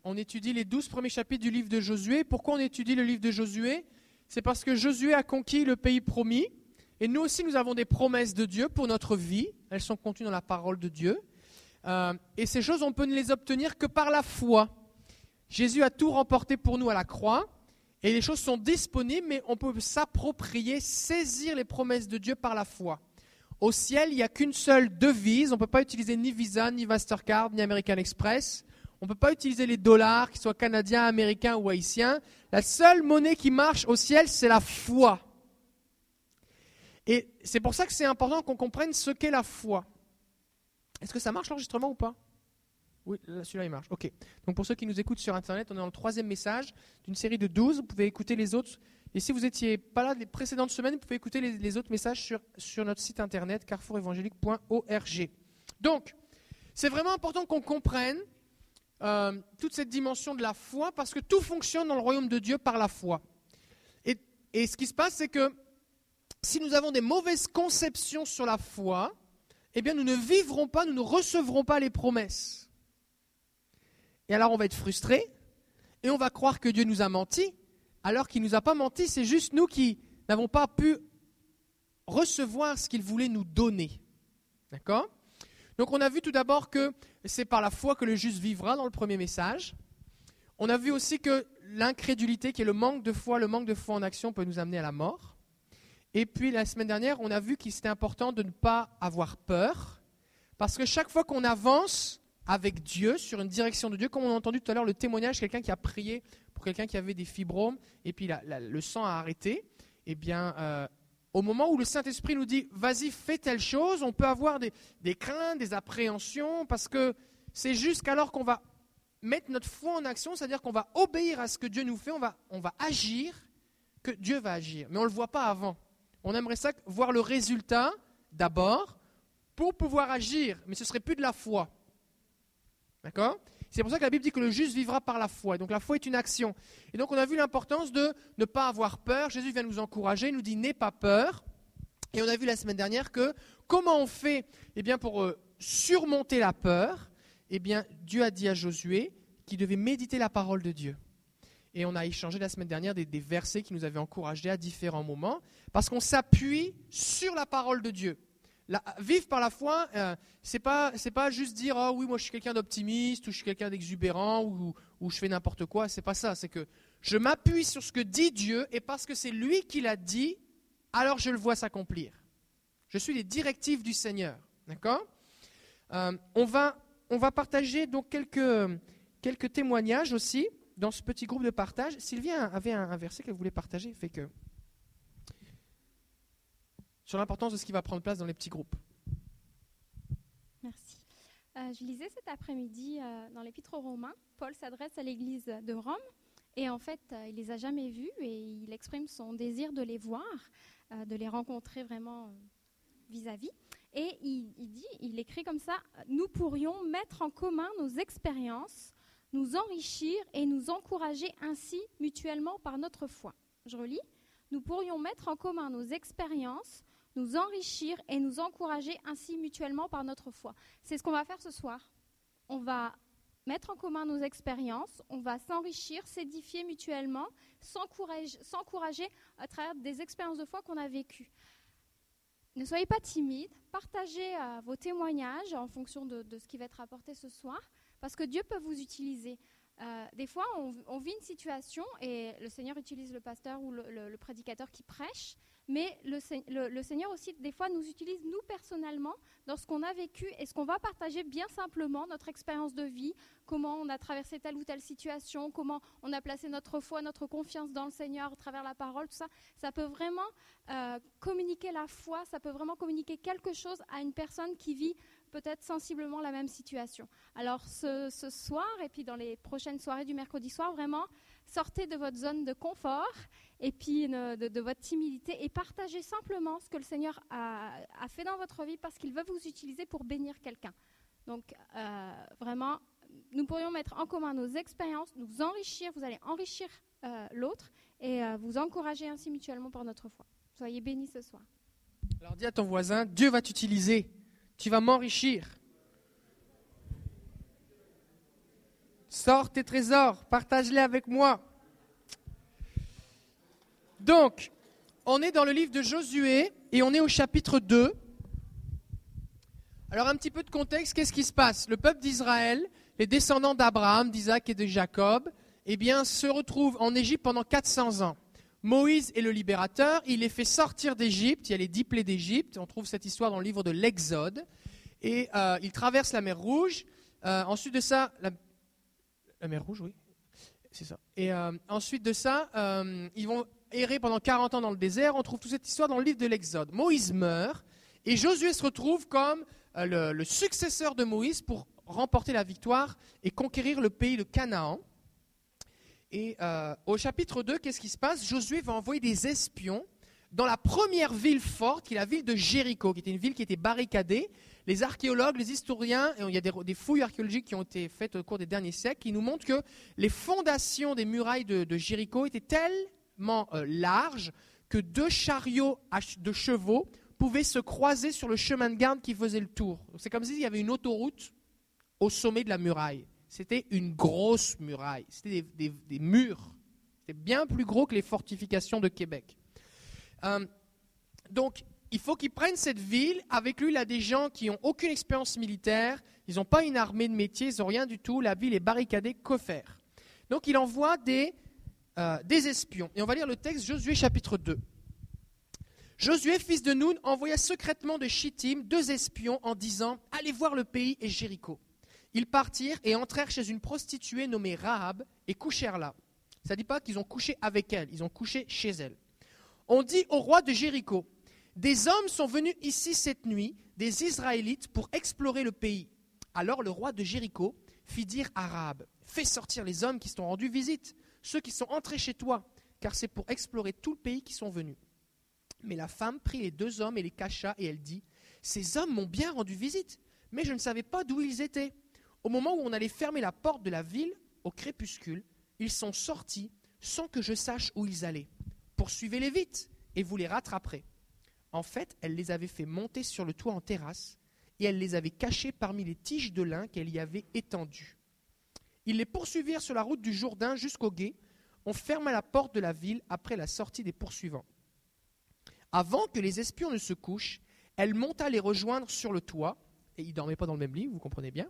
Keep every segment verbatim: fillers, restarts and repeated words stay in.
on étudie les douze premiers chapitres du livre de Josué. Pourquoi on étudie le livre de Josué ? C'est parce que Josué a conquis le pays promis. Et nous aussi, nous avons des promesses de Dieu pour notre vie. Elles sont contenues dans la parole de Dieu. Euh, et ces choses, on peut ne les obtenir que par la foi. Jésus a tout remporté pour nous à la croix. Et les choses sont disponibles, mais on peut s'approprier, saisir les promesses de Dieu par la foi. Au ciel, il n'y a qu'une seule devise. On ne peut pas utiliser ni Visa, ni Mastercard, ni American Express. On ne peut pas utiliser les dollars, qu'ils soient canadiens, américains ou haïtiens. La seule monnaie qui marche au ciel, c'est la foi. Et c'est pour ça que c'est important qu'on comprenne ce qu'est la foi. Est-ce que ça marche l'enregistrement ou pas ? Oui, là, celui-là il marche. Ok. Donc pour ceux qui nous écoutent sur Internet, on est dans le troisième message d'une série de douze. Vous pouvez écouter les autres. Et si vous n'étiez pas là les précédentes semaines, vous pouvez écouter les, les autres messages sur, sur notre site internet carrefour évangélique point org. Donc, c'est vraiment important qu'on comprenne euh, toute cette dimension de la foi parce que tout fonctionne dans le royaume de Dieu par la foi. Et, et ce qui se passe, c'est que si nous avons des mauvaises conceptions sur la foi, eh bien nous ne vivrons pas, nous ne recevrons pas les promesses. Et alors on va être frustrés et on va croire que Dieu nous a menti, alors qu'il ne nous a pas menti, c'est juste nous qui n'avons pas pu recevoir ce qu'il voulait nous donner. D'accord ? Donc on a vu tout d'abord que c'est par la foi que le juste vivra dans le premier message. On a vu aussi que l'incrédulité, qui est le manque de foi, le manque de foi en action peut nous amener à la mort. Et puis la semaine dernière, on a vu qu'il était important de ne pas avoir peur, parce que chaque fois qu'on avance avec Dieu, sur une direction de Dieu, comme on a entendu tout à l'heure le témoignage, quelqu'un qui a prié pour quelqu'un qui avait des fibromes, et puis la, la, le sang a arrêté, eh bien, euh, au moment où le Saint-Esprit nous dit « vas-y, fais telle chose », on peut avoir des, des craintes, des appréhensions, parce que c'est jusqu'alors qu'on va mettre notre foi en action, c'est-à-dire qu'on va obéir à ce que Dieu nous fait, on va, on va agir, que Dieu va agir, mais on ne le voit pas avant. On aimerait ça voir le résultat d'abord pour pouvoir agir, mais ce ne serait plus de la foi. D'accord ? C'est pour ça que la Bible dit que le juste vivra par la foi. Donc la foi est une action. Et donc on a vu l'importance de ne pas avoir peur. Jésus vient nous encourager, il nous dit « n'aie pas peur ». Et on a vu la semaine dernière que comment on fait eh bien, pour euh, surmonter la peur ? Eh bien, Dieu a dit à Josué qu'il devait méditer la parole de Dieu. Et on a échangé la semaine dernière des, des versets qui nous avaient encouragés à différents moments, parce qu'on s'appuie sur la parole de Dieu. La, vivre par la foi, euh, c'est pas, c'est pas juste dire « Ah oh, oui, moi je suis quelqu'un d'optimiste » ou « je suis quelqu'un d'exubérant » ou, ou « je fais n'importe quoi ». C'est pas ça, c'est que je m'appuie sur ce que dit Dieu, et parce que c'est lui qui l'a dit, alors je le vois s'accomplir. Je suis les directives du Seigneur. D'accord ? euh, on, va, on va partager donc quelques, quelques témoignages aussi. Dans ce petit groupe de partage, Sylvie avait un, un verset qu'elle voulait partager, fait que sur l'importance de ce qui va prendre place dans les petits groupes. Merci. Euh, je lisais cet après-midi euh, dans l'Épître aux Romains, Paul s'adresse à l'église de Rome et en fait, euh, il les a jamais vus et il exprime son désir de les voir, euh, de les rencontrer vraiment euh, vis-à-vis. Et il, il dit, il écrit comme ça, « Nous pourrions mettre en commun nos expériences, nous enrichir et nous encourager ainsi mutuellement par notre foi. » Je relis. « Nous pourrions mettre en commun nos expériences, nous enrichir et nous encourager ainsi mutuellement par notre foi. » C'est ce qu'on va faire ce soir. On va mettre en commun nos expériences, on va s'enrichir, s'édifier mutuellement, s'encourager, s'encourager à travers des expériences de foi qu'on a vécues. Ne soyez pas timides, partagez euh, vos témoignages en fonction de, de ce qui va être apporté ce soir. Parce que Dieu peut vous utiliser. Euh, des fois, on, on vit une situation et le Seigneur utilise le pasteur ou le, le, le prédicateur qui prêche, mais le, le, le Seigneur aussi, des fois, nous utilise, nous, personnellement, dans ce qu'on a vécu et ce qu'on va partager bien simplement, notre expérience de vie, comment on a traversé telle ou telle situation, comment on a placé notre foi, notre confiance dans le Seigneur à travers la parole, tout ça. Ça peut vraiment euh, communiquer la foi, ça peut vraiment communiquer quelque chose à une personne qui vit peut-être sensiblement la même situation. Alors ce, ce soir et puis dans les prochaines soirées du mercredi soir, vraiment sortez de votre zone de confort et puis de, de, de votre timidité et partagez simplement ce que le Seigneur a, a fait dans votre vie parce qu'il veut vous utiliser pour bénir quelqu'un. Donc euh, vraiment, nous pourrions mettre en commun nos expériences, nous enrichir, vous allez enrichir euh, l'autre et euh, vous encourager ainsi mutuellement par notre foi. Soyez bénis ce soir. Alors dis à ton voisin, Dieu va t'utiliser. Tu vas m'enrichir. Sors tes trésors, partage-les avec moi. Donc, on est dans le livre de Josué et on est au chapitre deux. Alors un petit peu de contexte, qu'est-ce qui se passe? Le peuple d'Israël, les descendants d'Abraham, d'Isaac et de Jacob, eh bien, se retrouvent en Égypte pendant quatre cents ans. Moïse est le libérateur, il les fait sortir d'Égypte, il y a les dix plaies d'Égypte, on trouve cette histoire dans le livre de l'Exode, et euh, ils traversent la mer Rouge. Euh, ensuite de ça, la, la mer Rouge, oui, c'est ça. Et euh, ensuite de ça, euh, ils vont errer pendant quarante ans dans le désert. On trouve toute cette histoire dans le livre de l'Exode. Moïse meurt et Josué se retrouve comme euh, le, le successeur de Moïse pour remporter la victoire et conquérir le pays de Canaan. Et euh, au chapitre deux, qu'est-ce qui se passe? Josué va envoyer des espions dans la première ville forte, qui est la ville de Jéricho, qui était une ville qui était barricadée. Les archéologues, les historiens, et il y a des, des fouilles archéologiques qui ont été faites au cours des derniers siècles, qui nous montrent que les fondations des murailles de, de Jéricho étaient tellement euh, larges que deux chariots de chevaux pouvaient se croiser sur le chemin de garde qui faisait le tour. C'est comme s'il y avait une autoroute au sommet de la muraille. C'était une grosse muraille, c'était des, des, des murs. C'était bien plus gros que les fortifications de Québec. Euh, donc, il faut qu'il prenne cette ville. Avec lui, il a des gens qui n'ont aucune expérience militaire. Ils n'ont pas une armée de métier, ils n'ont rien du tout. La ville est barricadée, que faire? Donc, il envoie des, euh, des espions. Et on va lire le texte, Josué chapitre deux. Josué, fils de Nun, envoya secrètement de Chittim deux espions en disant « Allez voir le pays et Jéricho ». Ils partirent et entrèrent chez une prostituée nommée Rahab et couchèrent là. Ça ne dit pas qu'ils ont couché avec elle, ils ont couché chez elle. On dit au roi de Jéricho, « Des hommes sont venus ici cette nuit, des Israélites, pour explorer le pays. » Alors le roi de Jéricho fit dire à Rahab, « Fais sortir les hommes qui sont rendus visite, ceux qui sont entrés chez toi, car c'est pour explorer tout le pays qu'ils sont venus. » Mais la femme prit les deux hommes et les cacha, et elle dit, « Ces hommes m'ont bien rendu visite, mais je ne savais pas d'où ils étaient. » Au moment où on allait fermer la porte de la ville, au crépuscule, ils sont sortis sans que je sache où ils allaient. Poursuivez-les vite et vous les rattraperez. En fait, elle les avait fait monter sur le toit en terrasse et elle les avait cachés parmi les tiges de lin qu'elle y avait étendues. Ils les poursuivirent sur la route du Jourdain jusqu'au gué. On ferma la porte de la ville après la sortie des poursuivants. Avant que les espions ne se couchent, elle monta les rejoindre sur le toit, et ils ne dormaient pas dans le même lit, vous comprenez bien.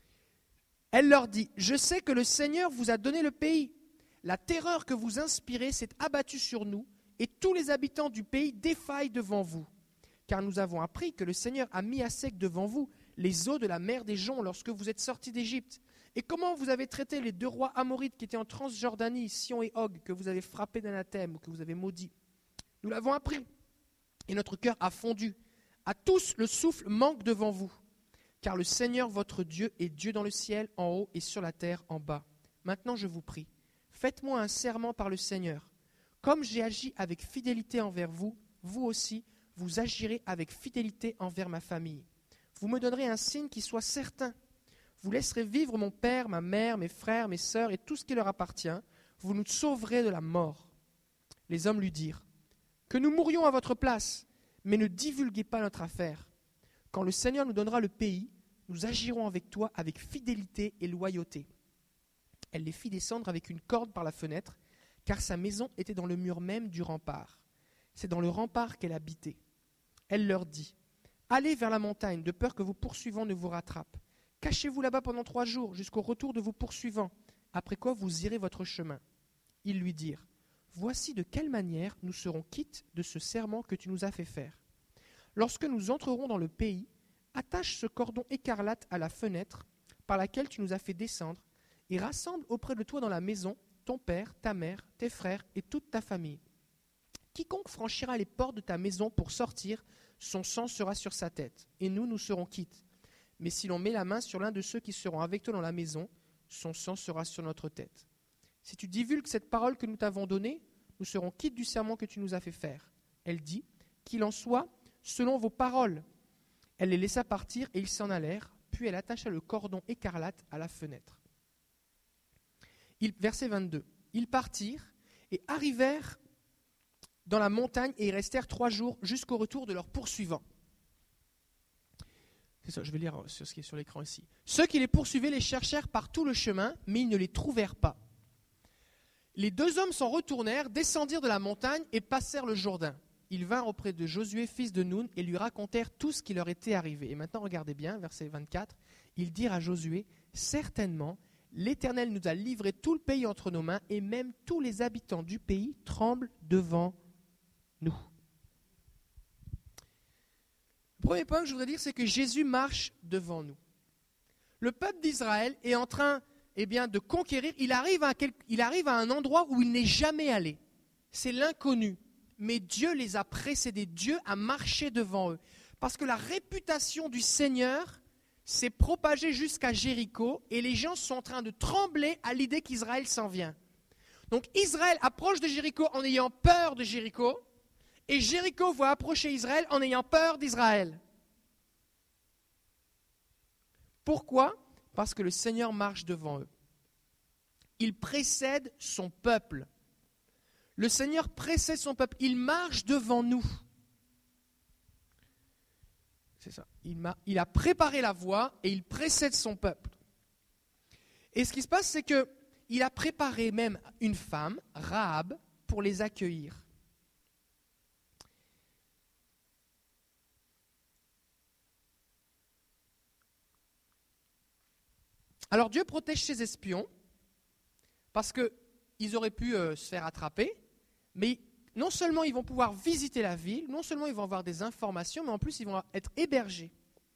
Elle leur dit, « Je sais que le Seigneur vous a donné le pays. La terreur que vous inspirez s'est abattue sur nous, et tous les habitants du pays défaillent devant vous. Car nous avons appris que le Seigneur a mis à sec devant vous les eaux de la mer des Joncs lorsque vous êtes sortis d'Égypte. Et comment vous avez traité les deux rois amorites qui étaient en Transjordanie, Sion et Og, que vous avez frappés d'anathème ou que vous avez maudits. Nous l'avons appris, et notre cœur a fondu. À tous le souffle manque devant vous. Car le Seigneur votre Dieu est Dieu dans le ciel en haut et sur la terre en bas. Maintenant je vous prie, faites-moi un serment par le Seigneur. Comme j'ai agi avec fidélité envers vous, vous aussi, vous agirez avec fidélité envers ma famille. Vous me donnerez un signe qui soit certain. Vous laisserez vivre mon père, ma mère, mes frères, mes sœurs et tout ce qui leur appartient. Vous nous sauverez de la mort. » Les hommes lui dirent, « Que nous mourions à votre place, mais ne divulguez pas notre affaire. Quand le Seigneur nous donnera le pays, nous agirons avec toi avec fidélité et loyauté. » Elle les fit descendre avec une corde par la fenêtre, car sa maison était dans le mur même du rempart. C'est dans le rempart qu'elle habitait. Elle leur dit, « Allez vers la montagne, de peur que vos poursuivants ne vous rattrapent. Cachez-vous là-bas pendant trois jours, jusqu'au retour de vos poursuivants, après quoi vous irez votre chemin. » Ils lui dirent, « Voici de quelle manière nous serons quittes de ce serment que tu nous as fait faire. Lorsque nous entrerons dans le pays, attache ce cordon écarlate à la fenêtre par laquelle tu nous as fait descendre et rassemble auprès de toi dans la maison ton père, ta mère, tes frères et toute ta famille. Quiconque franchira les portes de ta maison pour sortir, son sang sera sur sa tête, et nous, nous serons quittes. Mais si l'on met la main sur l'un de ceux qui seront avec toi dans la maison, son sang sera sur notre tête. Si tu divulgues cette parole que nous t'avons donnée, nous serons quittes du serment que tu nous as fait faire. » Elle dit, « Qu'il en soit selon vos paroles. » Elle les laissa partir et ils s'en allèrent, puis elle attacha le cordon écarlate à la fenêtre. Il, verset vingt-deux. Ils partirent et arrivèrent dans la montagne et y restèrent trois jours jusqu'au retour de leurs poursuivants. C'est ça, je vais lire sur ce qui est sur l'écran ici. Ceux qui les poursuivaient les cherchèrent par tout le chemin, mais ils ne les trouvèrent pas. Les deux hommes s'en retournèrent, descendirent de la montagne et passèrent le Jourdain. Ils vinrent auprès de Josué, fils de Nun, et lui racontèrent tout ce qui leur était arrivé. Et maintenant, regardez bien, verset vingt-quatre. Ils dirent à Josué, « Certainement, l'Éternel nous a livré tout le pays entre nos mains, et même tous les habitants du pays tremblent devant nous. » Le premier point que je voudrais dire, c'est que Jésus marche devant nous. Le peuple d'Israël est en train eh bien, de conquérir. Il arrive, à quel, il arrive à un endroit où il n'est jamais allé. C'est l'inconnu. Mais Dieu les a précédés. Dieu a marché devant eux. Parce que la réputation du Seigneur s'est propagée jusqu'à Jéricho et les gens sont en train de trembler à l'idée qu'Israël s'en vient. Donc Israël approche de Jéricho en ayant peur de Jéricho. Et Jéricho voit approcher Israël en ayant peur d'Israël. Pourquoi ? Parce que le Seigneur marche devant eux. Il précède son peuple. Le Seigneur précède son peuple. Il marche devant nous. C'est ça. Il, m'a, il a préparé la voie et il précède son peuple. Et ce qui se passe, c'est qu'il a préparé même une femme, Rahab, pour les accueillir. Alors Dieu protège ses espions parce qu'ils auraient pu euh, se faire attraper, mais non seulement ils vont pouvoir visiter la ville, non seulement ils vont avoir des informations, mais en plus ils vont être hébergés.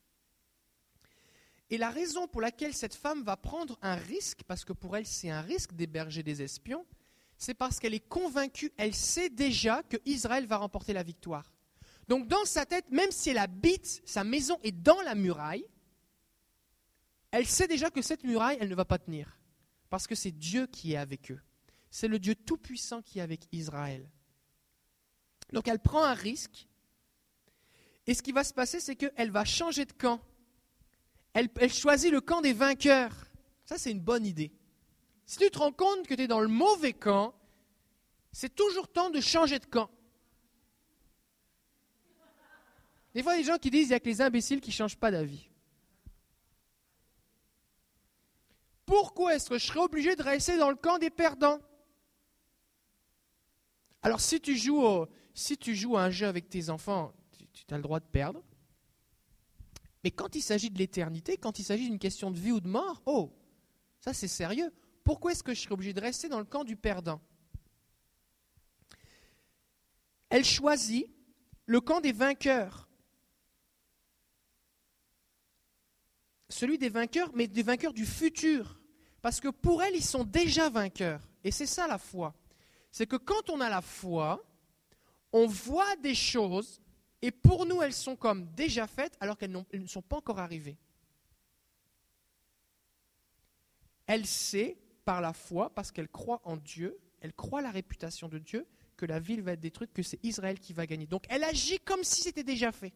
Et la raison pour laquelle cette femme va prendre un risque, parce que pour elle c'est un risque d'héberger des espions, c'est parce qu'elle est convaincue, elle sait déjà que Israël va remporter la victoire. Donc dans sa tête, même si elle habite, sa maison est dans la muraille, elle sait déjà que cette muraille, elle ne va pas tenir. Parce que c'est Dieu qui est avec eux. C'est le Dieu tout-puissant qui est avec Israël. Donc elle prend un risque. Et ce qui va se passer, c'est qu'elle va changer de camp. Elle, elle choisit le camp des vainqueurs. Ça, c'est une bonne idée. Si tu te rends compte que tu es dans le mauvais camp, c'est toujours temps de changer de camp. Des fois, il y a des gens qui disent qu'il n'y a que les imbéciles qui ne changent pas d'avis. Pourquoi est-ce que je serais obligé de rester dans le camp des perdants ? Alors, si tu joues, au, si tu joues à un jeu avec tes enfants, tu, tu as le droit de perdre. Mais quand il s'agit de l'éternité, quand il s'agit d'une question de vie ou de mort, oh, ça c'est sérieux. Pourquoi est-ce que je serais obligé de rester dans le camp du perdant ? Elle choisit le camp des vainqueurs. Celui des vainqueurs, mais des vainqueurs du futur. Parce que pour elle, ils sont déjà vainqueurs. Et c'est ça la foi. C'est que quand on a la foi, on voit des choses, et pour nous, elles sont comme déjà faites, alors qu'elles elles ne sont pas encore arrivées. Elle sait, par la foi, parce qu'elle croit en Dieu, elle croit la réputation de Dieu, que la ville va être détruite, que c'est Israël qui va gagner. Donc elle agit comme si c'était déjà fait.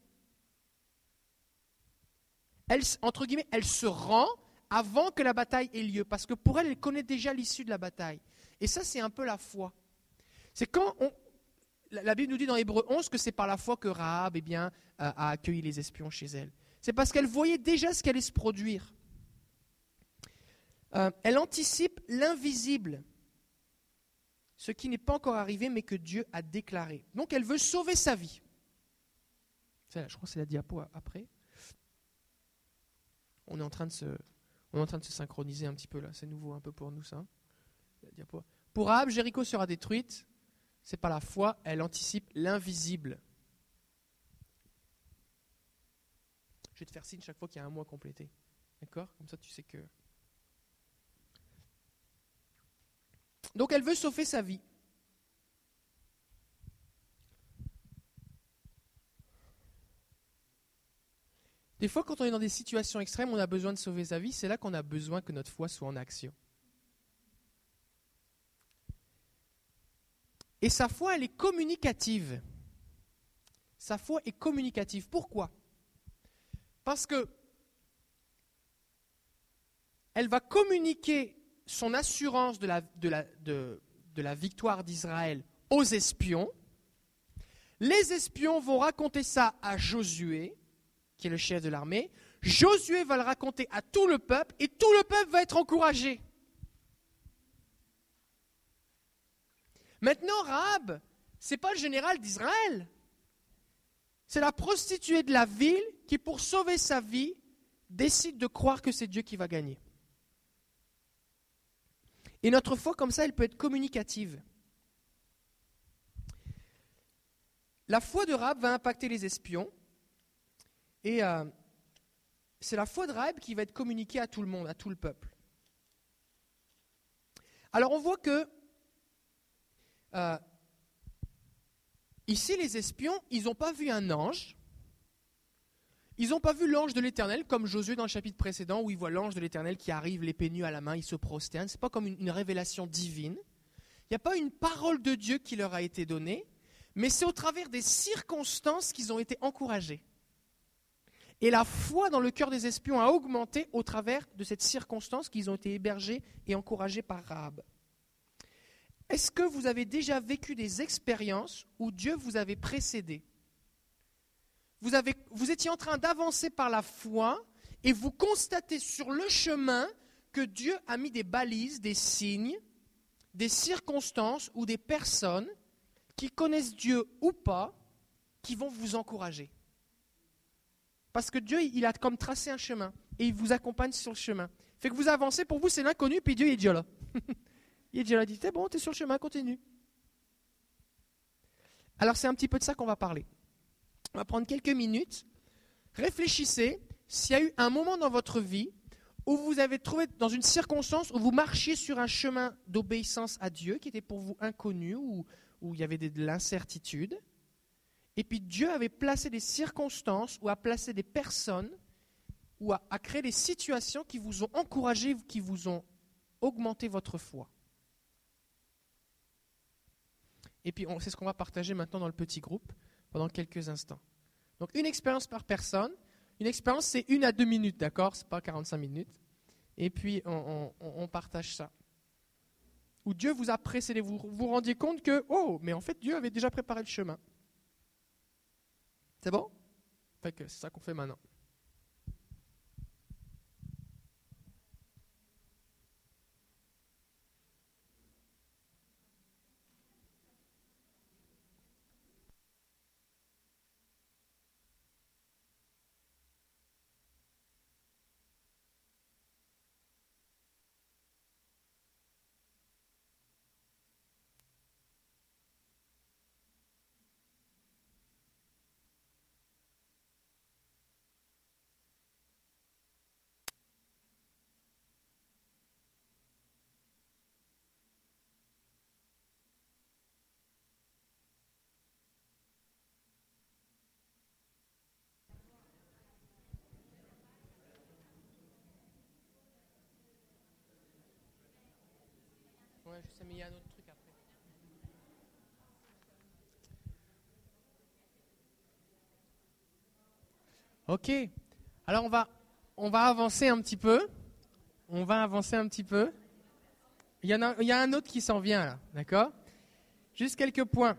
Elle, entre guillemets, elle se rend avant que la bataille ait lieu, parce que pour elle, elle connaît déjà l'issue de la bataille. Et ça, c'est un peu la foi. C'est quand on, la Bible nous dit dans Hébreux onze que c'est par la foi que Rahab eh bien, a accueilli les espions chez elle. C'est parce qu'elle voyait déjà ce qui allait se produire. Euh, elle anticipe l'invisible, ce qui n'est pas encore arrivé, mais que Dieu a déclaré. Donc elle veut sauver sa vie. Ça, je crois que c'est la diapo après. On est en train de se... On est en train de se synchroniser un petit peu là, c'est nouveau un peu pour nous ça. Pour Rahab, Jéricho sera détruite, c'est pas la foi, elle anticipe l'invisible. Je vais te faire signe chaque fois qu'il y a un mot à compléter. D'accord ? Comme ça tu sais que... Donc elle veut sauver sa vie. Des fois, quand on est dans des situations extrêmes, on a besoin de sauver sa vie, c'est là qu'on a besoin que notre foi soit en action. Et sa foi, elle est communicative. Sa foi est communicative. Pourquoi ? Parce que elle va communiquer son assurance de la, de la, de, de la victoire d'Israël aux espions. Les espions vont raconter ça à Josué, qui est le chef de l'armée. Josué va le raconter à tout le peuple et tout le peuple va être encouragé. Maintenant, Rahab, ce n'est pas le général d'Israël. C'est la prostituée de la ville qui, pour sauver sa vie, décide de croire que c'est Dieu qui va gagner. Et notre foi, comme ça, elle peut être communicative. La foi de Rahab va impacter les espions. Et euh, c'est la foi de Rahab qui va être communiquée à tout le monde, à tout le peuple. Alors on voit que euh, ici les espions, ils n'ont pas vu un ange. Ils n'ont pas vu l'ange de l'Éternel comme Josué dans le chapitre précédent où il voit l'ange de l'Éternel qui arrive, l'épée nue à la main, il se prosterne. Ce n'est pas comme une, une révélation divine. Il n'y a pas une parole de Dieu qui leur a été donnée, mais c'est au travers des circonstances qu'ils ont été encouragés. Et la foi dans le cœur des espions a augmenté au travers de cette circonstance qu'ils ont été hébergés et encouragés par Rahab. Est-ce que vous avez déjà vécu des expériences où Dieu vous avait précédé ? Vous, avez, vous étiez en train d'avancer par la foi et vous constatez sur le chemin que Dieu a mis des balises, des signes, des circonstances ou des personnes qui connaissent Dieu ou pas, qui vont vous encourager. Parce que Dieu, il a comme tracé un chemin et il vous accompagne sur le chemin. Fait que vous avancez, pour vous c'est l'inconnu, puis Dieu il est déjà là. Il est déjà là, il dit, c'est bon, tu es sur le chemin, continue. Alors c'est un petit peu de ça qu'on va parler. On va prendre quelques minutes. Réfléchissez s'il y a eu un moment dans votre vie où vous avez trouvé dans une circonstance où vous marchiez sur un chemin d'obéissance à Dieu qui était pour vous inconnu, ou où il y avait de, de l'incertitude. Et puis Dieu avait placé des circonstances ou a placé des personnes ou a, a créé des situations qui vous ont encouragé, qui vous ont augmenté votre foi. Et puis on, c'est ce qu'on va partager maintenant dans le petit groupe pendant quelques instants. Donc une expérience par personne. Une expérience c'est une à deux minutes, d'accord ? C'est pas quarante-cinq minutes. Et puis on, on, on partage ça. Où Dieu vous a précédé, vous vous rendiez compte que, oh, mais en fait Dieu avait déjà préparé le chemin. C'est bon ? Fait que c'est ça qu'on fait maintenant. Ouais, je sais, mais il y a un autre truc après. Ok. Alors on va, on va avancer un petit peu. On va avancer un petit peu. Il y en a, il y a un autre qui s'en vient là, d'accord ? Juste quelques points.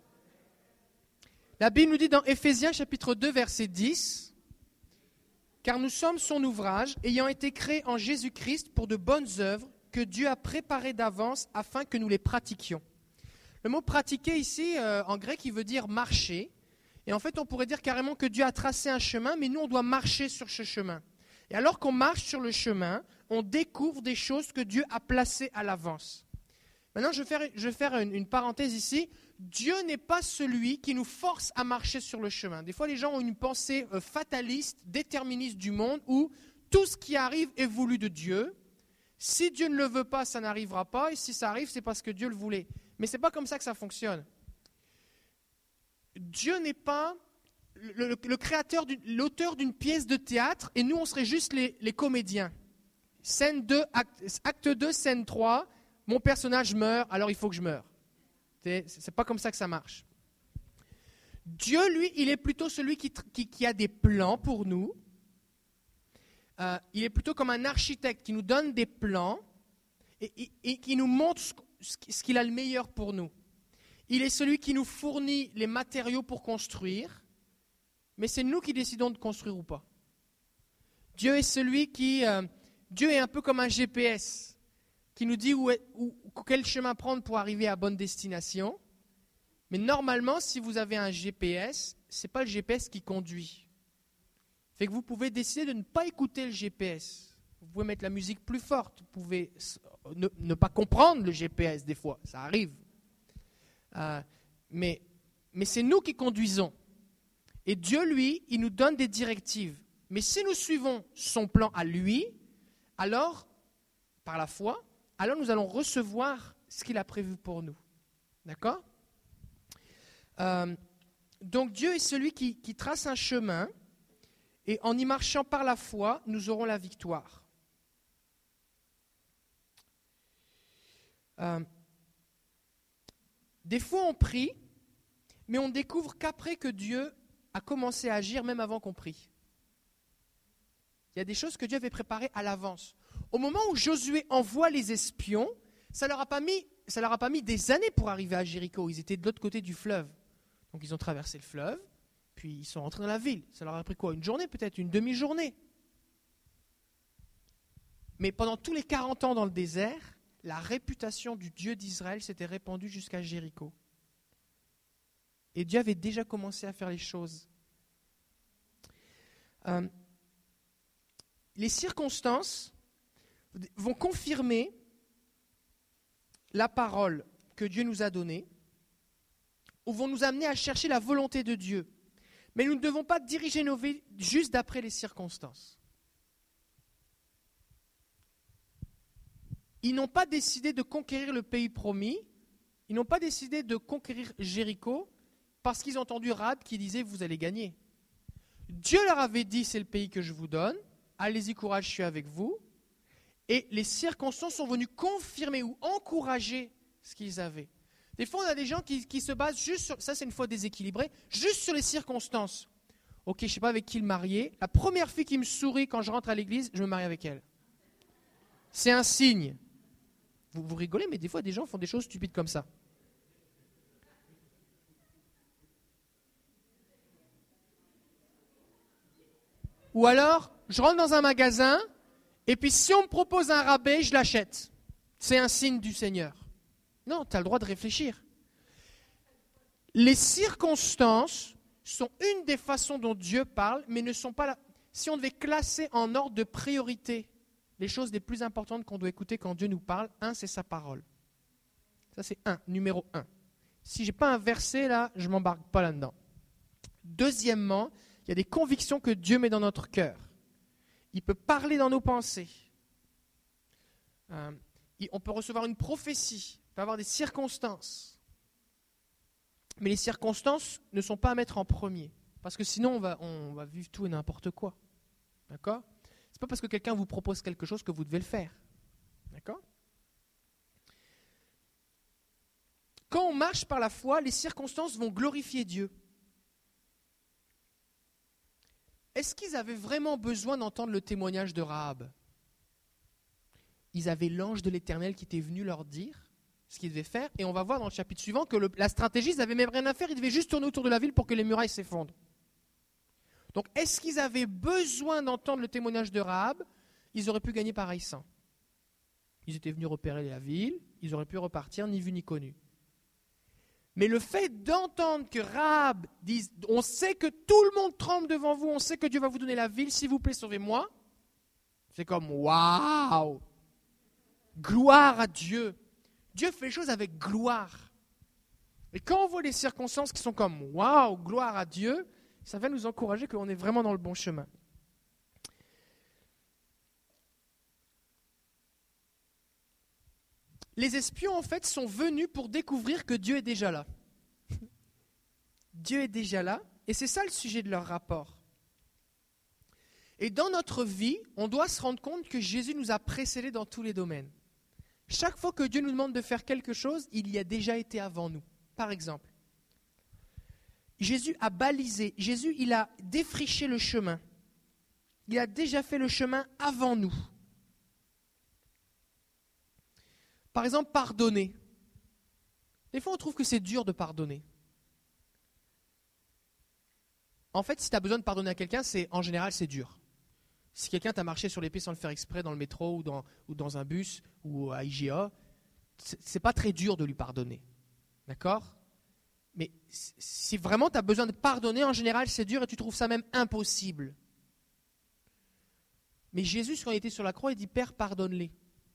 La Bible nous dit dans Éphésiens chapitre deux verset dix, « Car nous sommes son ouvrage, ayant été créés en Jésus-Christ pour de bonnes œuvres, que Dieu a préparées d'avance afin que nous les pratiquions. » Le mot « pratiquer » ici, euh, en grec, il veut dire « marcher ». Et en fait, on pourrait dire carrément que Dieu a tracé un chemin, mais nous, on doit marcher sur ce chemin. Et alors qu'on marche sur le chemin, on découvre des choses que Dieu a placées à l'avance. Maintenant, je vais faire, je vais faire une, une parenthèse ici. Dieu n'est pas celui qui nous force à marcher sur le chemin. Des fois, les gens ont une pensée euh, fataliste, déterministe du monde, où tout ce qui arrive est voulu de Dieu. Si Dieu ne le veut pas, ça n'arrivera pas. Et si ça arrive, c'est parce que Dieu le voulait. Mais ce n'est pas comme ça que ça fonctionne. Dieu n'est pas le, le, le créateur, du, l'auteur d'une pièce de théâtre, et nous, on serait juste les, les comédiens. Scène deux, acte, acte deux, scène trois, mon personnage meurt, alors il faut que je meure. C'est, c'est pas comme ça que ça marche. Dieu, lui, il est plutôt celui qui, qui, qui a des plans pour nous. Euh, il est plutôt comme un architecte qui nous donne des plans et, et, et qui nous montre ce, ce qu'il a le meilleur pour nous. Il est celui qui nous fournit les matériaux pour construire, mais c'est nous qui décidons de construire ou pas. Dieu est celui qui... Euh, Dieu est un peu comme un G P S qui nous dit où, est, où, quel chemin prendre pour arriver à bonne destination. Mais normalement, si vous avez un G P S, ce n'est pas le G P S qui conduit. Fait que vous pouvez décider de ne pas écouter le G P S. Vous pouvez mettre la musique plus forte. Vous pouvez ne, ne pas comprendre le G P S des fois. Ça arrive. Euh, mais, mais c'est nous qui conduisons. Et Dieu, lui, il nous donne des directives. Mais si nous suivons son plan à lui, alors, par la foi, alors nous allons recevoir ce qu'il a prévu pour nous. D'accord ? euh, Donc Dieu est celui qui, qui trace un chemin, et en y marchant par la foi, nous aurons la victoire. Euh, des fois on prie, mais on découvre qu'après que Dieu a commencé à agir, même avant qu'on prie. Il y a des choses que Dieu avait préparées à l'avance. Au moment où Josué envoie les espions, ça ne leur a pas mis, ça leur a pas mis des années pour arriver à Jéricho. Ils étaient de l'autre côté du fleuve. Donc ils ont traversé le fleuve, puis ils sont rentrés dans la ville. Ça leur a pris quoi ? Une journée peut-être, une demi-journée. Mais pendant tous les quarante ans dans le désert, la réputation du Dieu d'Israël s'était répandue jusqu'à Jéricho. Et Dieu avait déjà commencé à faire les choses. Euh, les circonstances vont confirmer la parole que Dieu nous a donnée, ou vont nous amener à chercher la volonté de Dieu. Mais nous ne devons pas diriger nos vies juste d'après les circonstances. Ils n'ont pas décidé de conquérir le pays promis, ils n'ont pas décidé de conquérir Jéricho parce qu'ils ont entendu Rahab qui disait « vous allez gagner ». Dieu leur avait dit « c'est le pays que je vous donne, allez-y, courage, je suis avec vous ». Et les circonstances sont venues confirmer ou encourager ce qu'ils avaient. Des fois, on a des gens qui, qui se basent juste sur, ça c'est une foi déséquilibrée, juste sur les circonstances. Ok, je ne sais pas avec qui le marier. La première fille qui me sourit quand je rentre à l'église, je me marie avec elle. C'est un signe. Vous, vous rigolez, mais des fois, des gens font des choses stupides comme ça. Ou alors, je rentre dans un magasin, et puis si on me propose un rabais, je l'achète. C'est un signe du Seigneur. Non, tu as le droit de réfléchir. Les circonstances sont une des façons dont Dieu parle, mais ne sont pas là. Si on devait classer en ordre de priorité les choses les plus importantes qu'on doit écouter quand Dieu nous parle, un, c'est sa parole. Ça, c'est un, numéro un. Si je n'ai pas un verset là, je ne m'embarque pas là-dedans. Deuxièmement, il y a des convictions que Dieu met dans notre cœur. Il peut parler dans nos pensées. Euh, on peut recevoir une prophétie. Il peut y avoir des circonstances. Mais les circonstances ne sont pas à mettre en premier. Parce que sinon, on va, on va vivre tout et n'importe quoi. D'accord ? Ce n'est pas parce que quelqu'un vous propose quelque chose que vous devez le faire. D'accord ? Quand on marche par la foi, les circonstances vont glorifier Dieu. Est-ce qu'ils avaient vraiment besoin d'entendre le témoignage de Rahab ? Ils avaient l'ange de l'Éternel qui était venu leur dire ce qu'ils devaient faire. Et on va voir dans le chapitre suivant que le, la stratégie, ils n'avaient même rien à faire. Ils devaient juste tourner autour de la ville pour que les murailles s'effondrent. Donc, est-ce qu'ils avaient besoin d'entendre le témoignage de Rahab ? Ils auraient pu gagner pareil sans. Ils étaient venus repérer la ville. Ils auraient pu repartir ni vu ni connu. Mais le fait d'entendre que Rahab dise « On sait que tout le monde tremble devant vous, on sait que Dieu va vous donner la ville, s'il vous plaît, sauvez-moi », c'est comme « Waouh ! Gloire à Dieu !» Dieu fait les choses avec gloire. Et quand on voit les circonstances qui sont comme « Waouh, gloire à Dieu », ça va nous encourager qu'on est vraiment dans le bon chemin. Les espions, en fait, sont venus pour découvrir que Dieu est déjà là. Dieu est déjà là, et c'est ça le sujet de leur rapport. Et dans notre vie, on doit se rendre compte que Jésus nous a précédés dans tous les domaines. Chaque fois que Dieu nous demande de faire quelque chose, il y a déjà été avant nous. Par exemple, Jésus a balisé, Jésus il a défriché le chemin. Il a déjà fait le chemin avant nous. Par exemple, pardonner. Des fois, on trouve que c'est dur de pardonner. En fait, si tu as besoin de pardonner à quelqu'un, c'est, en général, c'est dur. Si quelqu'un t'a marché sur l'épée sans le faire exprès dans le métro ou dans, ou dans un bus ou à I G A, c'est, c'est pas très dur de lui pardonner. D'accord ? Mais si vraiment tu as besoin de pardonner, en général, c'est dur et tu trouves ça même impossible. Mais Jésus, quand il était sur la croix, il dit « Père, pardonne-les ».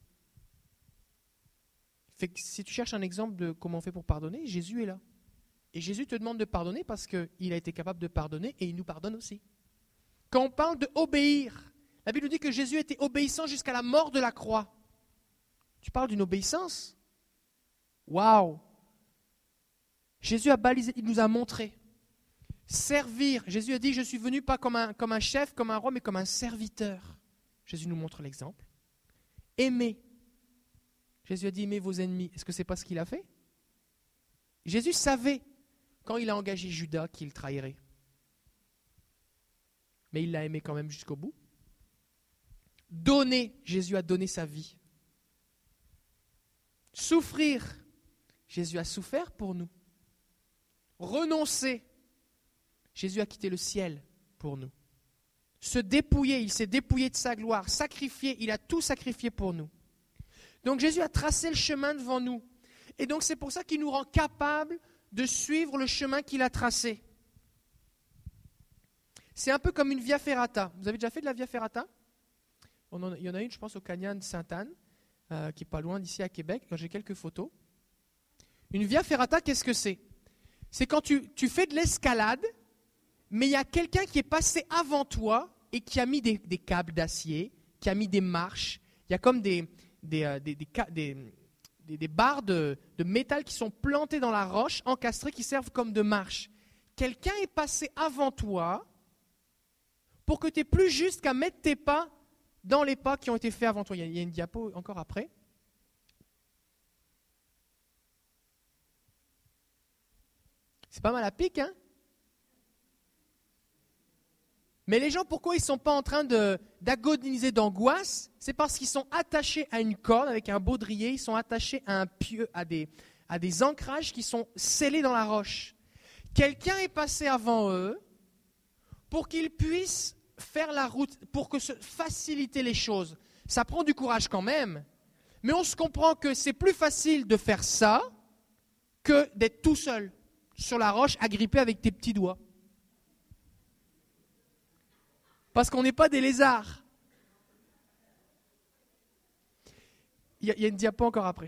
Fait que si tu cherches un exemple de comment on fait pour pardonner, Jésus est là. Et Jésus te demande de pardonner parce qu'il a été capable de pardonner et il nous pardonne aussi. Quand on parle de obéir, la Bible nous dit que Jésus était obéissant jusqu'à la mort de la croix. Tu parles d'une obéissance ? Waouh ! Jésus a balisé, il nous a montré. Servir, Jésus a dit « Je suis venu pas comme un, comme un chef, comme un roi, mais comme un serviteur ». Jésus nous montre l'exemple. Aimer. Jésus a dit « Aimez vos ennemis ». Est-ce que ce n'est pas ce qu'il a fait ? Jésus savait, quand il a engagé Judas, qu'il trahirait. Mais il l'a aimé quand même jusqu'au bout. Donner, Jésus a donné sa vie. Souffrir, Jésus a souffert pour nous. Renoncer, Jésus a quitté le ciel pour nous. Se dépouiller, il s'est dépouillé de sa gloire. Sacrifier, il a tout sacrifié pour nous. Donc Jésus a tracé le chemin devant nous. Et donc c'est pour ça qu'il nous rend capables de suivre le chemin qu'il a tracé. C'est un peu comme une via ferrata. Vous avez déjà fait de la via ferrata ? On en, Il y en a une, je pense, au Canyon de Sainte-Anne, euh, qui n'est pas loin d'ici à Québec. J'ai quelques photos. Une via ferrata, qu'est-ce que c'est ? C'est quand tu, tu fais de l'escalade, mais il y a quelqu'un qui est passé avant toi et qui a mis des, des câbles d'acier, qui a mis des marches. Il y a comme des, des, euh, des, des, des, des, des barres de, de métal qui sont plantées dans la roche, encastrées, qui servent comme de marches. Quelqu'un est passé avant toi pour que tu n'aies plus juste qu'à mettre tes pas dans les pas qui ont été faits avant toi. Il y a une diapo encore après. C'est pas mal à pic, hein ? Mais les gens, pourquoi ils ne sont pas en train de, d'agoniser d'angoisse ? C'est parce qu'ils sont attachés à une corde avec un baudrier, ils sont attachés à un pieu, à des, à des ancrages qui sont scellés dans la roche. Quelqu'un est passé avant eux pour qu'ils puissent faire la route, pour que se faciliter les choses. Ça prend du courage quand même, mais on se comprend que c'est plus facile de faire ça que d'être tout seul sur la roche, agrippé avec tes petits doigts. Parce qu'on n'est pas des lézards. Il y, y a une diapo encore après.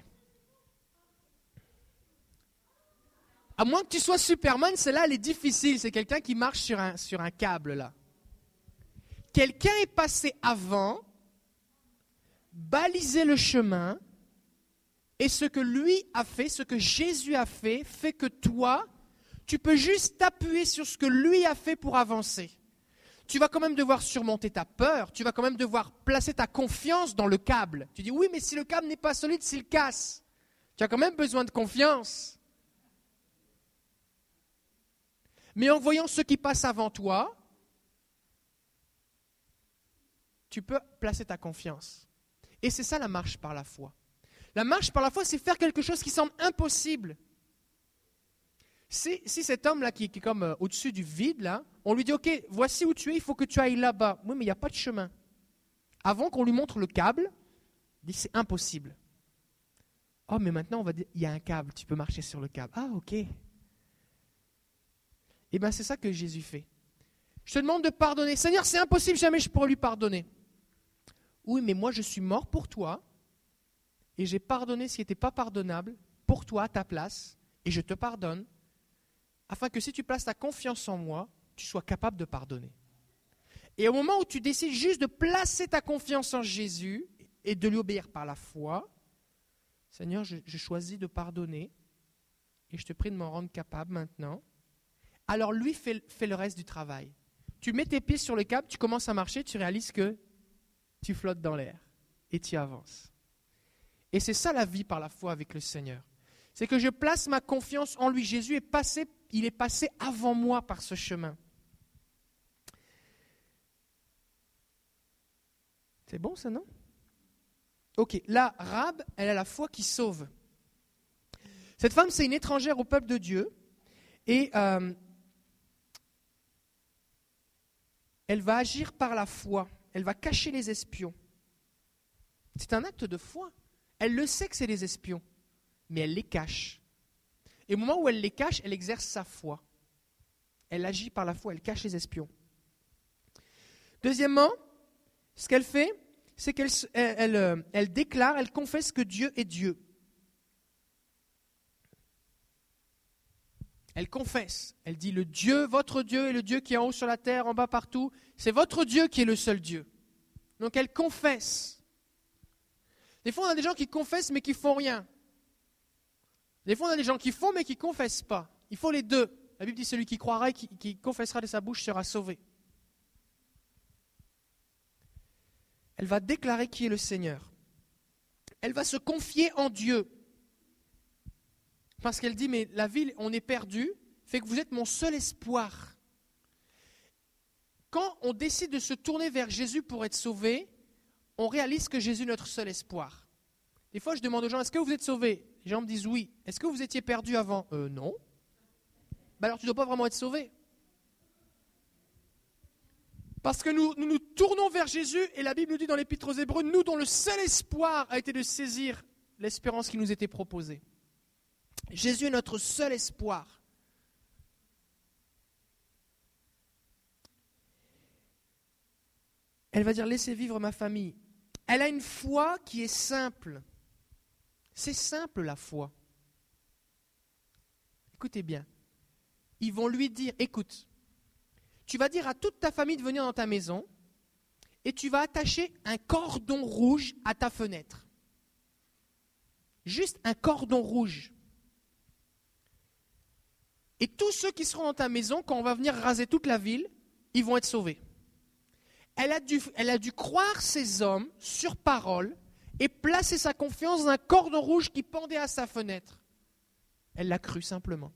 À moins que tu sois Superman, celle-là, elle est difficile. C'est quelqu'un qui marche sur un, sur un câble, là. Quelqu'un est passé avant, balisé le chemin, et ce que lui a fait, ce que Jésus a fait, fait que toi, tu peux juste t'appuyer sur ce que lui a fait pour avancer. Tu vas quand même devoir surmonter ta peur, tu vas quand même devoir placer ta confiance dans le câble. Tu dis, oui, mais si le câble n'est pas solide, s'il casse, tu as quand même besoin de confiance. Mais en voyant ce qui passe avant toi, tu peux placer ta confiance. Et c'est ça la marche par la foi. La marche par la foi, c'est faire quelque chose qui semble impossible. Si, si cet homme-là qui, qui est comme euh, au-dessus du vide, là, on lui dit, ok, voici où tu es, il faut que tu ailles là-bas. Oui, mais il n'y a pas de chemin. Avant qu'on lui montre le câble, il dit, c'est impossible. Oh, mais maintenant, on va dire, il y a un câble, tu peux marcher sur le câble. Ah, ok. Eh bien, c'est ça que Jésus fait. Je te demande de pardonner. Seigneur, c'est impossible, jamais je pourrais lui pardonner. Oui, mais moi, je suis mort pour toi, et j'ai pardonné ce qui n'était pas pardonnable, pour toi, à ta place, et je te pardonne, afin que si tu places ta confiance en moi, tu sois capable de pardonner. Et au moment où tu décides juste de placer ta confiance en Jésus et de lui obéir par la foi, Seigneur, je, je choisis de pardonner et je te prie de m'en rendre capable maintenant. Alors lui fait, fait le reste du travail. Tu mets tes pieds sur le câble, tu commences à marcher, tu réalises que tu flottes dans l'air et tu avances. Et c'est ça la vie par la foi avec le Seigneur. C'est que je place ma confiance en lui. Jésus est passé, il est passé avant moi par ce chemin. C'est bon ça, non? Ok, là, Rahab, elle a la foi qui sauve. Cette femme, c'est une étrangère au peuple de Dieu. Et euh, elle va agir par la foi. elle va cacher les espions. C'est un acte de foi. Elle le sait que c'est des espions, mais elle les cache. Et au moment où elle les cache, elle exerce sa foi. Elle agit par la foi, elle cache les espions. Deuxièmement, ce qu'elle fait, c'est qu'elle elle, elle, elle déclare, elle confesse que Dieu est Dieu. Elle confesse, elle dit le Dieu, votre Dieu est le Dieu qui est en haut sur la terre, en bas partout. C'est votre Dieu qui est le seul Dieu. Donc elle confesse. Des fois on a des gens qui confessent mais qui font rien. Des fois on a des gens qui font mais qui ne confessent pas. Il faut les deux. La Bible dit celui qui croira et qui, qui confessera de sa bouche sera sauvé. Elle va déclarer qui est le Seigneur. Elle va se confier en Dieu. Parce qu'elle dit, mais la ville, on est perdu, fait que vous êtes mon seul espoir. Quand on décide de se tourner vers Jésus pour être sauvé, on réalise que Jésus est notre seul espoir. Des fois, je demande aux gens, est-ce que vous êtes sauvés? Les gens me disent oui. Est-ce que vous étiez perdu avant? Euh, non. Ben alors tu ne dois pas vraiment être sauvé. Parce que nous, nous nous tournons vers Jésus, et la Bible nous dit dans l'Épître aux Hébreux, nous dont le seul espoir a été de saisir l'espérance qui nous était proposée. Jésus est notre seul espoir. Elle va dire, laissez vivre ma famille. Elle a une foi qui est simple. C'est simple la foi. Écoutez bien. Ils vont lui dire, écoute, tu vas dire à toute ta famille de venir dans ta maison et tu vas attacher un cordon rouge à ta fenêtre. Juste un cordon rouge. Et tous ceux qui seront dans ta maison, quand on va venir raser toute la ville, ils vont être sauvés. Elle a dû, elle a dû croire ces hommes sur parole et placer sa confiance dans un cordon rouge qui pendait à sa fenêtre. Elle l'a cru simplement.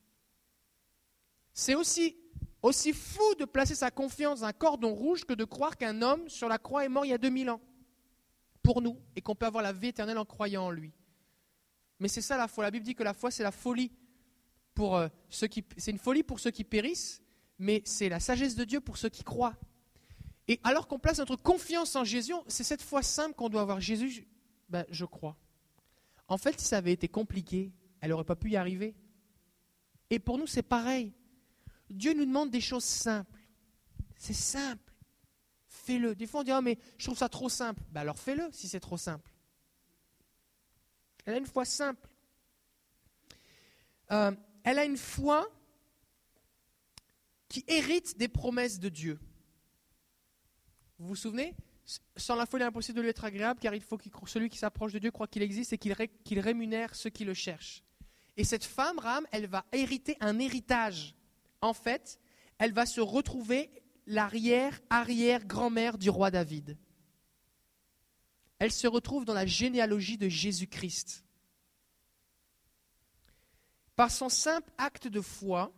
C'est aussi, aussi fou de placer sa confiance dans un cordon rouge que de croire qu'un homme sur la croix est mort il y a deux mille ans pour nous et qu'on peut avoir la vie éternelle en croyant en lui. Mais c'est ça la foi. La Bible dit que la foi c'est la folie pour euh, ceux qui, c'est une folie pour ceux qui périssent, mais c'est la sagesse de Dieu pour ceux qui croient. Et alors qu'on place notre confiance en Jésus, c'est cette foi simple qu'on doit avoir. Jésus, ben, je crois. En fait, si ça avait été compliqué, elle n'aurait pas pu y arriver. Et pour nous, c'est pareil. Dieu nous demande des choses simples. C'est simple. Fais-le. Des fois, on dit, oh, mais je trouve ça trop simple. Ben alors fais-le si c'est trop simple. Elle a une foi simple. Euh, elle a une foi qui hérite des promesses de Dieu. Vous vous souvenez? Sans la foi, il est impossible de lui être agréable, car il faut que celui qui s'approche de Dieu croit qu'il existe et qu'il, ré, qu'il rémunère ceux qui le cherchent. Et cette femme, Raham, elle va hériter un héritage. En fait, elle va se retrouver l'arrière-arrière-grand-mère du roi David. Elle se retrouve dans la généalogie de Jésus-Christ. Par son simple acte de foi,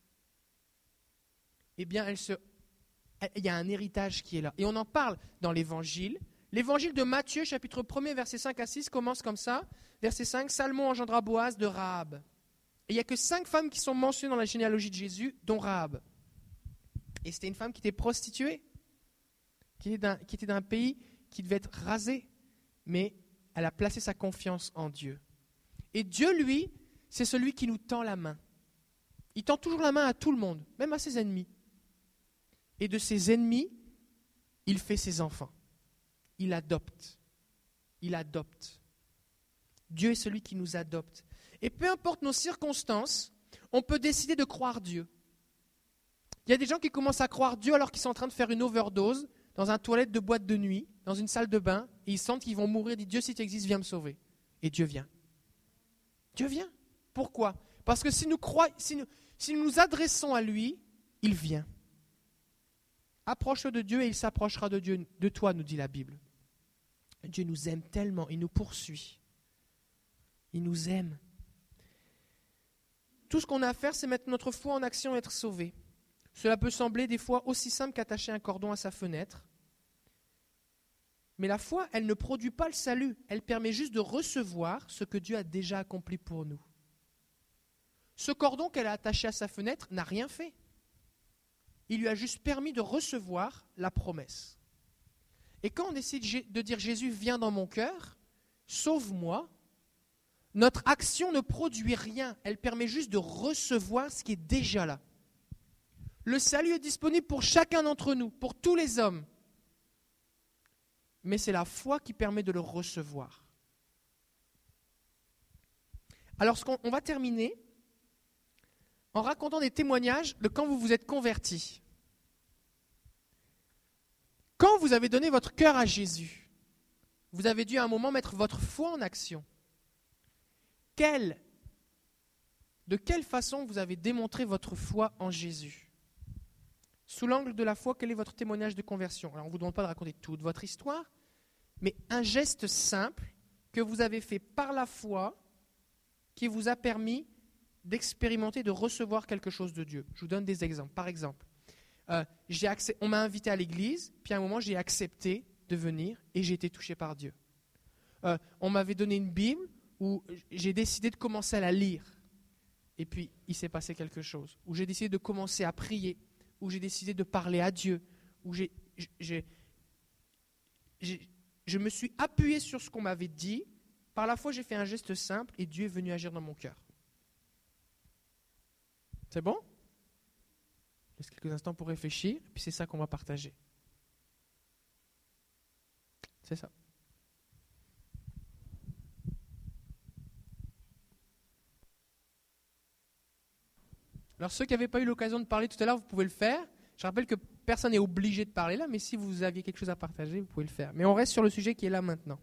eh bien, elle se, il y a un héritage qui est là. Et on en parle dans l'Évangile. L'Évangile de Matthieu, chapitre premier, versets cinq à six, commence comme ça. Verset cinq, Salmon engendra Boaz de Rahab. Et il n'y a que cinq femmes qui sont mentionnées dans la généalogie de Jésus, dont Rahab. Et c'était une femme qui était prostituée, qui était d'un, qui était d'un pays qui devait être rasé. Mais elle a placé sa confiance en Dieu. Et Dieu, lui, c'est celui qui nous tend la main. Il tend toujours la main à tout le monde, même à ses ennemis. Et de ses ennemis, il fait ses enfants. Il adopte. Il adopte. Dieu est celui qui nous adopte. Et peu importe nos circonstances, on peut décider de croire Dieu. Il y a des gens qui commencent à croire Dieu alors qu'ils sont en train de faire une overdose dans une toilette de boîte de nuit, dans une salle de bain, et ils sentent qu'ils vont mourir. Ils disent, Dieu, si tu existes, viens me sauver. Et Dieu vient. Dieu vient. Pourquoi? Parce que si nous, croyons, si, nous, si nous nous adressons à lui, il vient. Approche-toi de Dieu et il s'approchera de Dieu, de toi, nous dit la Bible. Dieu nous aime tellement, il nous poursuit. Il nous aime. Tout ce qu'on a à faire, c'est mettre notre foi en action et être sauvé. Cela peut sembler des fois aussi simple qu'attacher un cordon à sa fenêtre. Mais la foi, elle ne produit pas le salut. Elle permet juste de recevoir ce que Dieu a déjà accompli pour nous. Ce cordon qu'elle a attaché à sa fenêtre n'a rien fait. Il lui a juste permis de recevoir la promesse. Et quand on décide de dire « Jésus, viens dans mon cœur, sauve-moi », notre action ne produit rien, elle permet juste de recevoir ce qui est déjà là. Le salut est disponible pour chacun d'entre nous, pour tous les hommes. Mais c'est la foi qui permet de le recevoir. Alors, ce qu'on, on va terminer en racontant des témoignages de quand vous vous êtes convertis. Quand vous avez donné votre cœur à Jésus, vous avez dû à un moment mettre votre foi en action. Quelle, de quelle façon vous avez démontré votre foi en Jésus ? Sous l'angle de la foi, quel est votre témoignage de conversion ? Alors, on ne vous demande pas de raconter toute votre histoire, mais un geste simple que vous avez fait par la foi qui vous a permis d'expérimenter, de recevoir quelque chose de Dieu. Je vous donne des exemples. Par exemple, euh, j'ai accès, on m'a invité à l'église, puis à un moment, j'ai accepté de venir et j'ai été touché par Dieu. Euh, on m'avait donné une Bible où j'ai décidé de commencer à la lire. Et puis, il s'est passé quelque chose. Où j'ai décidé de commencer à prier. Où j'ai décidé de parler à Dieu. Où j'ai, j'ai, j'ai, je me suis appuyé sur ce qu'on m'avait dit. Par la foi, j'ai fait un geste simple et Dieu est venu agir dans mon cœur. C'est bon ? Je laisse quelques instants pour réfléchir. Et puis c'est ça qu'on va partager. C'est ça. Alors ceux qui n'avaient pas eu l'occasion de parler tout à l'heure, vous pouvez le faire. Je rappelle que personne n'est obligé de parler là, mais si vous aviez quelque chose à partager, vous pouvez le faire. Mais on reste sur le sujet qui est là maintenant.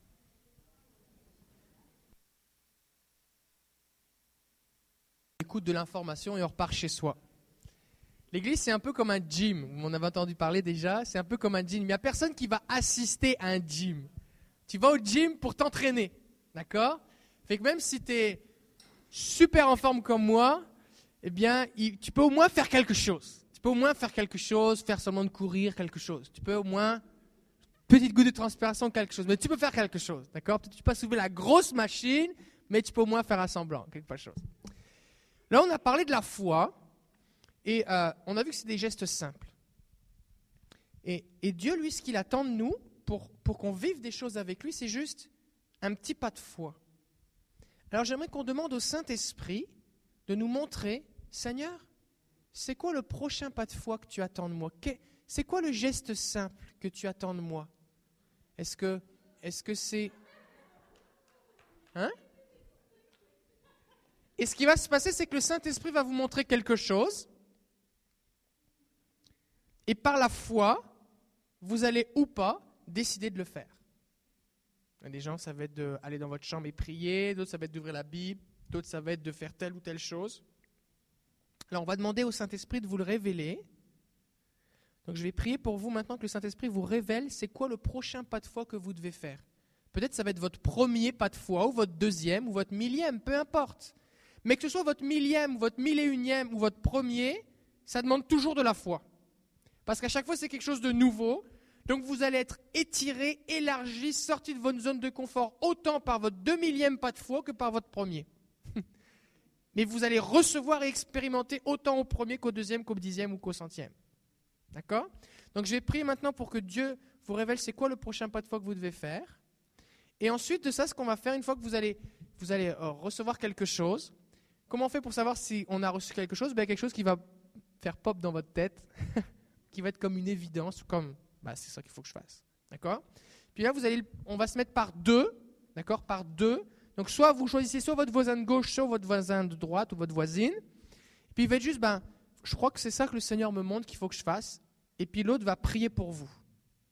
On écoute de l'information et on repart chez soi. L'église, c'est un peu comme un gym. Vous m'en avez entendu parler déjà. C'est un peu comme un gym. Il n'y a personne qui va assister à un gym. Tu vas au gym pour t'entraîner. D'accord ? Fait que même si tu es super en forme comme moi, eh bien, tu peux au moins faire quelque chose. Tu peux au moins faire quelque chose, faire seulement de courir, quelque chose. Tu peux au moins, petite goutte de transpiration, quelque chose. Mais tu peux faire quelque chose, d'accord ? Peut-être que tu peux pas soulever la grosse machine, mais tu peux au moins faire un semblant, quelque chose. Là, on a parlé de la foi, et euh, on a vu que c'est des gestes simples. Et, et Dieu, lui, ce qu'il attend de nous, pour, pour qu'on vive des choses avec lui, c'est juste un petit pas de foi. Alors, j'aimerais qu'on demande au Saint-Esprit de nous montrer, Seigneur, c'est quoi le prochain pas de foi que tu attends de moi ? C'est quoi le geste simple que tu attends de moi ? Est-ce que, est-ce que c'est... Hein ? Et ce qui va se passer, c'est que le Saint-Esprit va vous montrer quelque chose. Et par la foi, vous allez ou pas décider de le faire. Il y a des gens, ça va être d'aller dans votre chambre et prier. D'autres, ça va être d'ouvrir la Bible. D'autres, ça va être de faire telle ou telle chose. Alors, on va demander au Saint-Esprit de vous le révéler. Donc, je vais prier pour vous maintenant que le Saint-Esprit vous révèle c'est quoi le prochain pas de foi que vous devez faire. Peut-être ça va être votre premier pas de foi, ou votre deuxième, ou votre millième, peu importe. Mais que ce soit votre millième, ou votre mille et unième, ou votre premier, ça demande toujours de la foi. Parce qu'à chaque fois, c'est quelque chose de nouveau. Donc, vous allez être étiré, élargi, sorti de votre zone de confort, autant par votre deux millième pas de foi que par votre premier. Mais vous allez recevoir et expérimenter autant au premier qu'au deuxième, qu'au dixième ou qu'au centième. D'accord ? Donc je vais prier maintenant pour que Dieu vous révèle c'est quoi le prochain pas de foi que vous devez faire. Et ensuite de ça, ce qu'on va faire, une fois que vous allez, vous allez euh, recevoir quelque chose, comment on fait pour savoir si on a reçu quelque chose ? Ben, quelque chose qui va faire pop dans votre tête, qui va être comme une évidence, comme ben, c'est ça qu'il faut que je fasse. D'accord ? Puis là, vous allez, on va se mettre par deux, d'accord ? Par deux. Donc, soit vous choisissez soit votre voisin de gauche, soit votre voisin de droite ou votre voisine. Et puis, il va être juste, ben, je crois que c'est ça que le Seigneur me montre qu'il faut que je fasse. Et puis, l'autre va prier pour vous. D'accord ?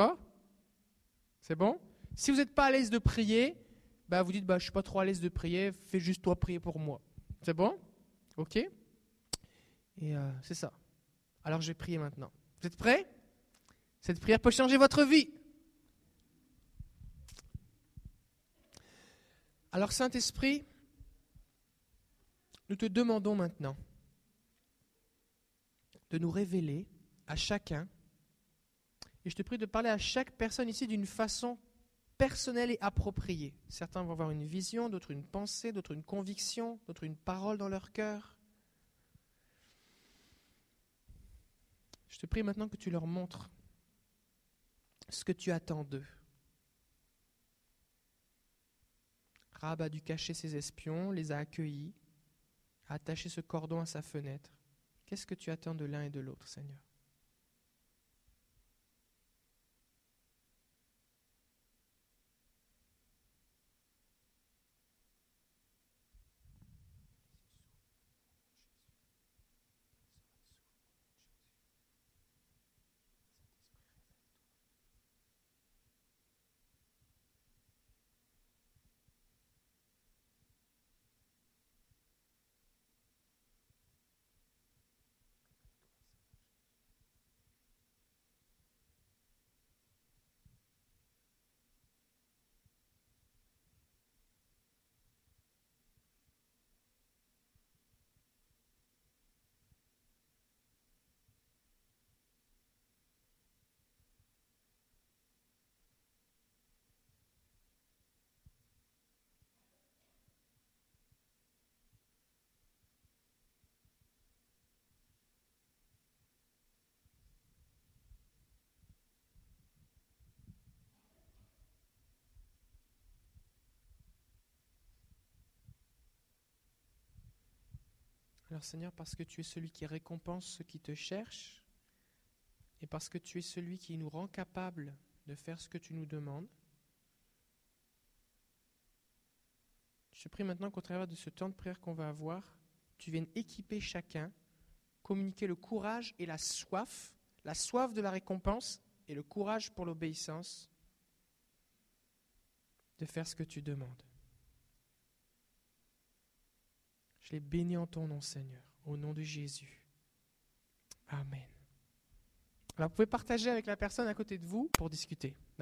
C'est bon ? Si vous n'êtes pas à l'aise de prier, ben, vous dites, ben, je ne suis pas trop à l'aise de prier, fais juste toi prier pour moi. C'est bon ? Ok ? Et euh, c'est ça. Alors, je vais prier maintenant. Vous êtes prêts ? Cette prière peut changer votre vie. Alors, Saint-Esprit, nous te demandons maintenant de nous révéler à chacun, et je te prie de parler à chaque personne ici d'une façon personnelle et appropriée. Certains vont avoir une vision, d'autres une pensée, d'autres une conviction, d'autres une parole dans leur cœur. Je te prie maintenant que tu leur montres ce que tu attends d'eux. Rahab a dû cacher ses espions, les a accueillis, a attaché ce cordon à sa fenêtre. Qu'est-ce que tu attends de l'un et de l'autre, Seigneur? Alors Seigneur, parce que tu es celui qui récompense ceux qui te cherchent, et parce que tu es celui qui nous rend capables de faire ce que tu nous demandes, je te prie maintenant qu'au travers de ce temps de prière qu'on va avoir, tu viennes équiper chacun, communiquer le courage et la soif, la soif de la récompense et le courage pour l'obéissance, de faire ce que tu demandes. Je les bénis en ton nom, Seigneur, au nom de Jésus. Amen. Alors, vous pouvez partager avec la personne à côté de vous pour discuter, d'accord ?